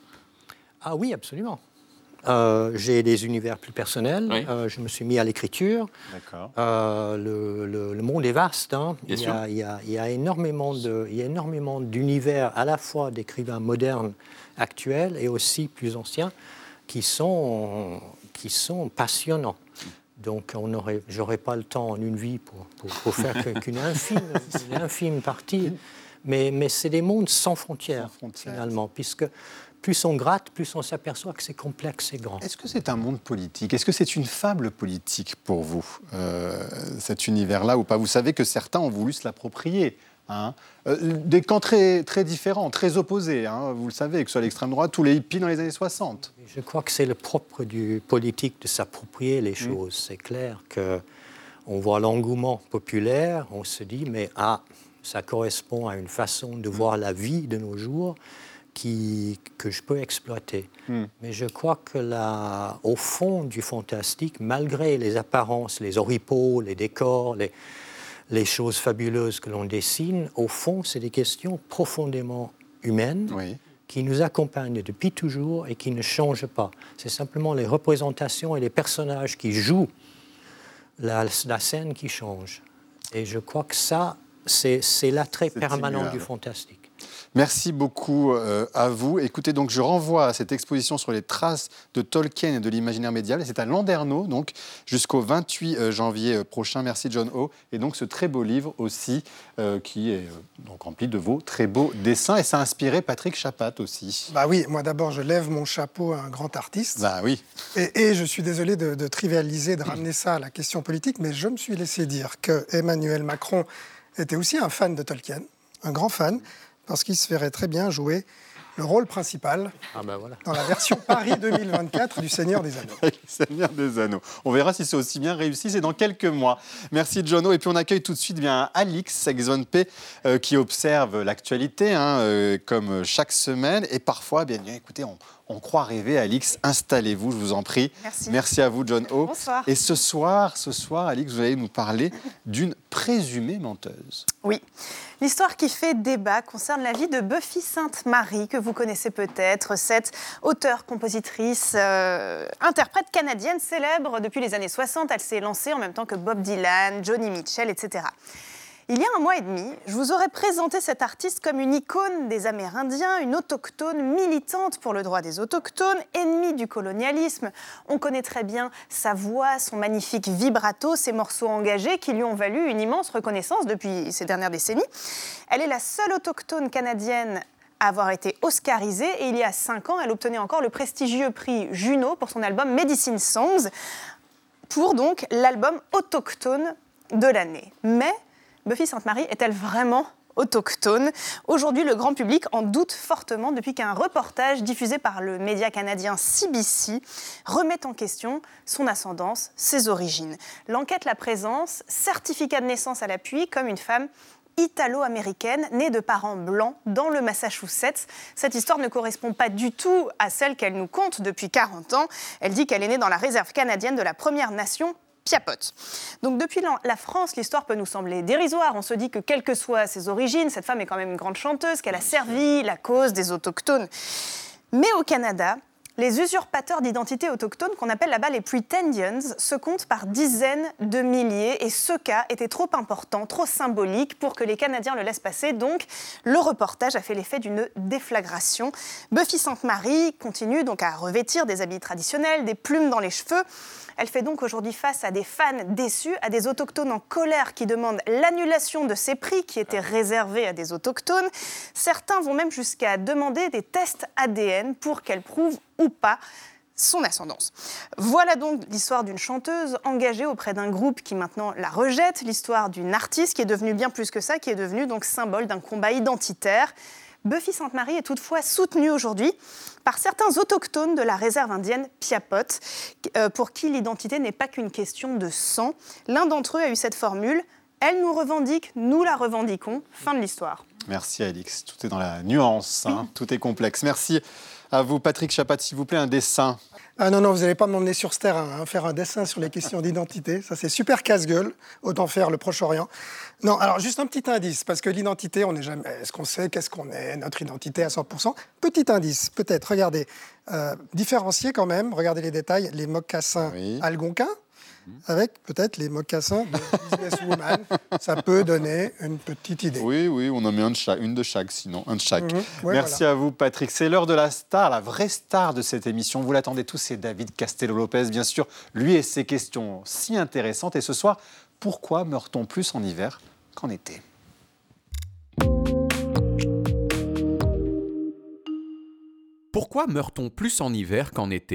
Ah oui, absolument. Euh, j'ai des univers plus personnels. Oui. Euh, je me suis mis à l'écriture. D'accord. Euh, le, le, le monde est vaste. Hein. Bien il, y sûr. a, il, y a, il y a énormément de, il y a énormément d'univers à la fois d'écrivains modernes, actuels et aussi plus anciens, qui sont, qui sont passionnants. Donc, on aurait, j'aurais pas le temps en une vie pour, pour, pour faire qu'une infime, une infime partie. Mais, mais c'est des mondes sans frontières, sans frontières, finalement, puisque plus on gratte, plus on s'aperçoit que c'est complexe et grand. Est-ce que c'est un monde politique? Est-ce que c'est une fable politique pour vous, euh, cet univers-là, ou pas? Vous savez que certains ont voulu se l'approprier. Hein. Euh, des camps très, très différents, très opposés, hein, vous le savez, que ce soit l'extrême droite, tous les hippies dans les années soixante. Je crois que c'est le propre du politique de s'approprier les choses. Mmh. C'est clair qu'on voit l'engouement populaire, on se dit, mais ah, ça correspond à une façon de mmh. voir la vie de nos jours qui, que je peux exploiter. Mmh. Mais je crois que là, au fond du fantastique, malgré les apparences, les oripeaux, les décors, les... les choses fabuleuses que l'on dessine, au fond, c'est des questions profondément humaines oui. qui nous accompagnent depuis toujours et qui ne changent pas. C'est simplement les représentations et les personnages qui jouent la, la scène qui change. Et je crois que ça, c'est, c'est l'attrait c'est permanent immuable. Du fantastique. Merci beaucoup euh, à vous. Écoutez, donc je renvoie à cette exposition sur les traces de Tolkien et de l'imaginaire médiéval. C'est à Landerneau, donc jusqu'au vingt-huit janvier prochain. Merci John O. Et donc ce très beau livre aussi, euh, qui est euh, donc rempli de vos très beaux dessins. Et ça a inspiré Patrick Chapat aussi. Bah oui, moi d'abord je lève mon chapeau à un grand artiste. Bah oui. Et, et je suis désolé de, de trivialiser, de ramener ça à la question politique, mais je me suis laissé dire que Emmanuel Macron était aussi un fan de Tolkien, un grand fan. Parce qu'il se ferait très bien jouer le rôle principal ah ben voilà. dans la version Paris deux mille vingt-quatre du Seigneur des Anneaux. Le Seigneur des Anneaux. On verra si c'est aussi bien réussi, c'est dans quelques mois. Merci Jono. Et puis on accueille tout de suite bien Alix Exonpe euh, qui observe l'actualité hein, euh, comme chaque semaine. Et parfois, bien, bien écoutez, on, on croit rêver. Alix, installez-vous, je vous en prie. Merci. Merci à vous, John O. Bonsoir. Et ce soir, ce soir, Alix, vous allez nous parler d'une présumée menteuse. Oui. L'histoire qui fait débat concerne la vie de Buffy Sainte-Marie, que vous connaissez peut-être, cette auteure-compositrice, euh, interprète canadienne célèbre depuis les années soixante. Elle s'est lancée en même temps que Bob Dylan, Joni Mitchell, et cetera. Il y a un mois et demi, je vous aurais présenté cet artiste comme une icône des Amérindiens, une autochtone militante pour le droit des autochtones, ennemie du colonialisme. On connaît très bien sa voix, son magnifique vibrato, ses morceaux engagés qui lui ont valu une immense reconnaissance depuis ces dernières décennies. Elle est la seule autochtone canadienne à avoir été oscarisée et il y a cinq ans, elle obtenait encore le prestigieux prix Juno pour son album Medicine Songs, pour donc l'album autochtone de l'année. Mais Buffy Sainte-Marie est-elle vraiment autochtone ? Aujourd'hui, le grand public en doute fortement depuis qu'un reportage diffusé par le média canadien C B C remet en question son ascendance, ses origines. L'enquête la présence, certificat de naissance à l'appui, comme une femme italo-américaine, née de parents blancs dans le Massachusetts. Cette histoire ne correspond pas du tout à celle qu'elle nous conte depuis quarante ans. Elle dit qu'elle est née dans la réserve canadienne de la Première Nation Piapote. Donc depuis la France, l'histoire peut nous sembler dérisoire. On se dit que quelles que soient ses origines, cette femme est quand même une grande chanteuse, qu'elle a servi la cause des autochtones. Mais au Canada, les usurpateurs d'identité autochtone, qu'on appelle là-bas les pretendians, se comptent par dizaines de milliers et ce cas était trop important, trop symbolique pour que les Canadiens le laissent passer. Donc, le reportage a fait l'effet d'une déflagration. Buffy Sainte-Marie continue donc à revêtir des habits traditionnels, des plumes dans les cheveux. Elle fait donc aujourd'hui face à des fans déçus, à des autochtones en colère qui demandent l'annulation de ces prix qui étaient réservés à des autochtones. Certains vont même jusqu'à demander des tests A D N pour qu'elle prouve ou pas son ascendance. Voilà donc l'histoire d'une chanteuse engagée auprès d'un groupe qui maintenant la rejette, l'histoire d'une artiste qui est devenue bien plus que ça, qui est devenue donc symbole d'un combat identitaire. Buffy Sainte-Marie est toutefois soutenue aujourd'hui par certains autochtones de la réserve indienne Piapote, pour qui l'identité n'est pas qu'une question de sang. L'un d'entre eux a eu cette formule « Elle nous revendique, nous la revendiquons ». Fin de l'histoire. Merci Alix, tout est dans la nuance, hein. Tout est complexe. Merci à vous Patrick Chapat, s'il vous plaît, un dessin. Ah non, non, vous n'allez pas m'emmener sur ce terrain, hein, faire un dessin sur les questions d'identité. Ça, c'est super casse-gueule. Autant faire le Proche-Orient. Non, alors juste un petit indice, parce que l'identité, on n'est jamais... Est-ce qu'on sait qu'est-ce qu'on est, notre identité à cent pour cent ? Petit indice, peut-être. Regardez, euh, différencier quand même, regardez les détails, les mocassins oui. algonquins, avec peut-être les mocassins de businesswoman. Ça peut donner une petite idée. Oui, oui, on en met un de chaque, une de chaque, sinon un de chaque. Mmh, ouais, Merci voilà. à vous, Patrick. C'est l'heure de la star, la vraie star de cette émission. Vous l'attendez tous, c'est David Castello-Lopez, bien sûr. Lui et ses questions si intéressantes. Et ce soir, pourquoi meurt-on plus en hiver qu'en été ? Pourquoi meurt-on plus en hiver qu'en été ?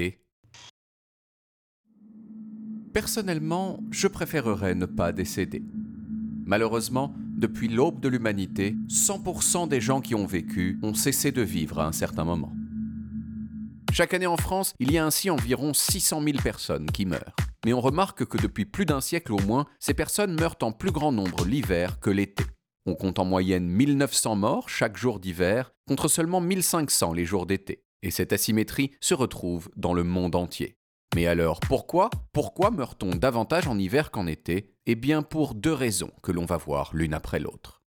Personnellement, je préférerais ne pas décéder. Malheureusement, depuis l'aube de l'humanité, cent pour cent des gens qui ont vécu ont cessé de vivre à un certain moment. Chaque année en France, il y a ainsi environ six cent mille personnes qui meurent. Mais on remarque que depuis plus d'un siècle au moins, ces personnes meurent en plus grand nombre l'hiver que l'été. On compte en moyenne mille neuf cents morts chaque jour d'hiver, contre seulement mille cinq cents les jours d'été. Et cette asymétrie se retrouve dans le monde entier. Mais alors, pourquoi Pourquoi meurt-on davantage en hiver qu'en été ? Eh bien, pour deux raisons que l'on va voir l'une après l'autre.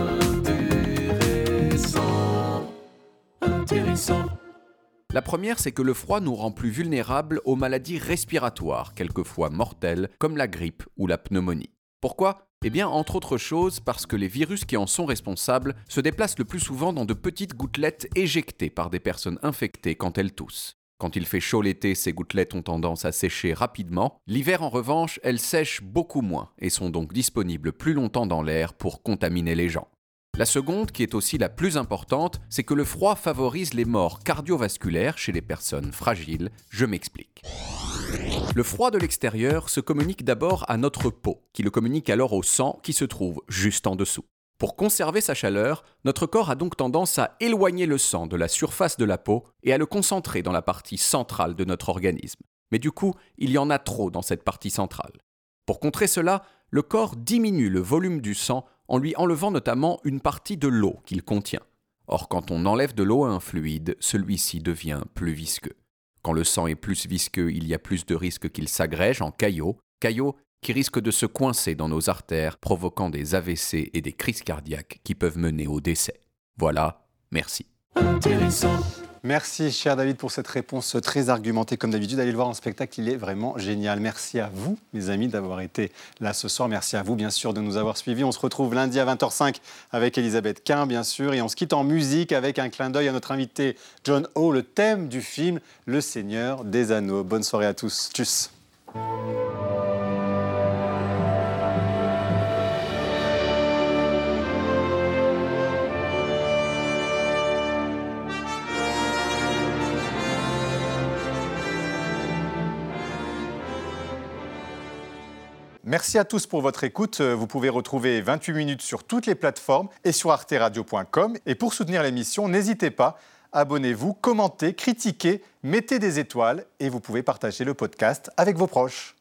Intéressant, intéressant. La première, c'est que le froid nous rend plus vulnérables aux maladies respiratoires, quelquefois mortelles, comme la grippe ou la pneumonie. Pourquoi ? Eh bien, entre autres choses, parce que les virus qui en sont responsables se déplacent le plus souvent dans de petites gouttelettes éjectées par des personnes infectées quand elles toussent. Quand il fait chaud l'été, ces gouttelettes ont tendance à sécher rapidement. L'hiver, en revanche, elles sèchent beaucoup moins et sont donc disponibles plus longtemps dans l'air pour contaminer les gens. La seconde, qui est aussi la plus importante, c'est que le froid favorise les morts cardiovasculaires chez les personnes fragiles. Je m'explique. Le froid de l'extérieur se communique d'abord à notre peau, qui le communique alors au sang qui se trouve juste en dessous. Pour conserver sa chaleur, notre corps a donc tendance à éloigner le sang de la surface de la peau et à le concentrer dans la partie centrale de notre organisme. Mais du coup, il y en a trop dans cette partie centrale. Pour contrer cela, le corps diminue le volume du sang en lui enlevant notamment une partie de l'eau qu'il contient. Or, quand on enlève de l'eau à un fluide, celui-ci devient plus visqueux. Quand le sang est plus visqueux, il y a plus de risques qu'il s'agrège en caillots, caillots qui risquent de se coincer dans nos artères, provoquant des A V C et des crises cardiaques qui peuvent mener au décès. Voilà, merci. Intéressant, Merci, cher David, pour cette réponse très argumentée. Comme d'habitude, allez le voir en spectacle, il est vraiment génial. Merci à vous, mes amis, d'avoir été là ce soir. Merci à vous, bien sûr, de nous avoir suivis. On se retrouve lundi à vingt heures cinq avec Elisabeth Quint, bien sûr. Et on se quitte en musique avec un clin d'œil à notre invité John O, le thème du film Le Seigneur des Anneaux. Bonne soirée à tous. Tchuss. Merci à tous pour votre écoute. Vous pouvez retrouver vingt-huit minutes sur toutes les plateformes et sur arte radio point com. Et pour soutenir l'émission, n'hésitez pas, abonnez-vous, commentez, critiquez, mettez des étoiles et vous pouvez partager le podcast avec vos proches.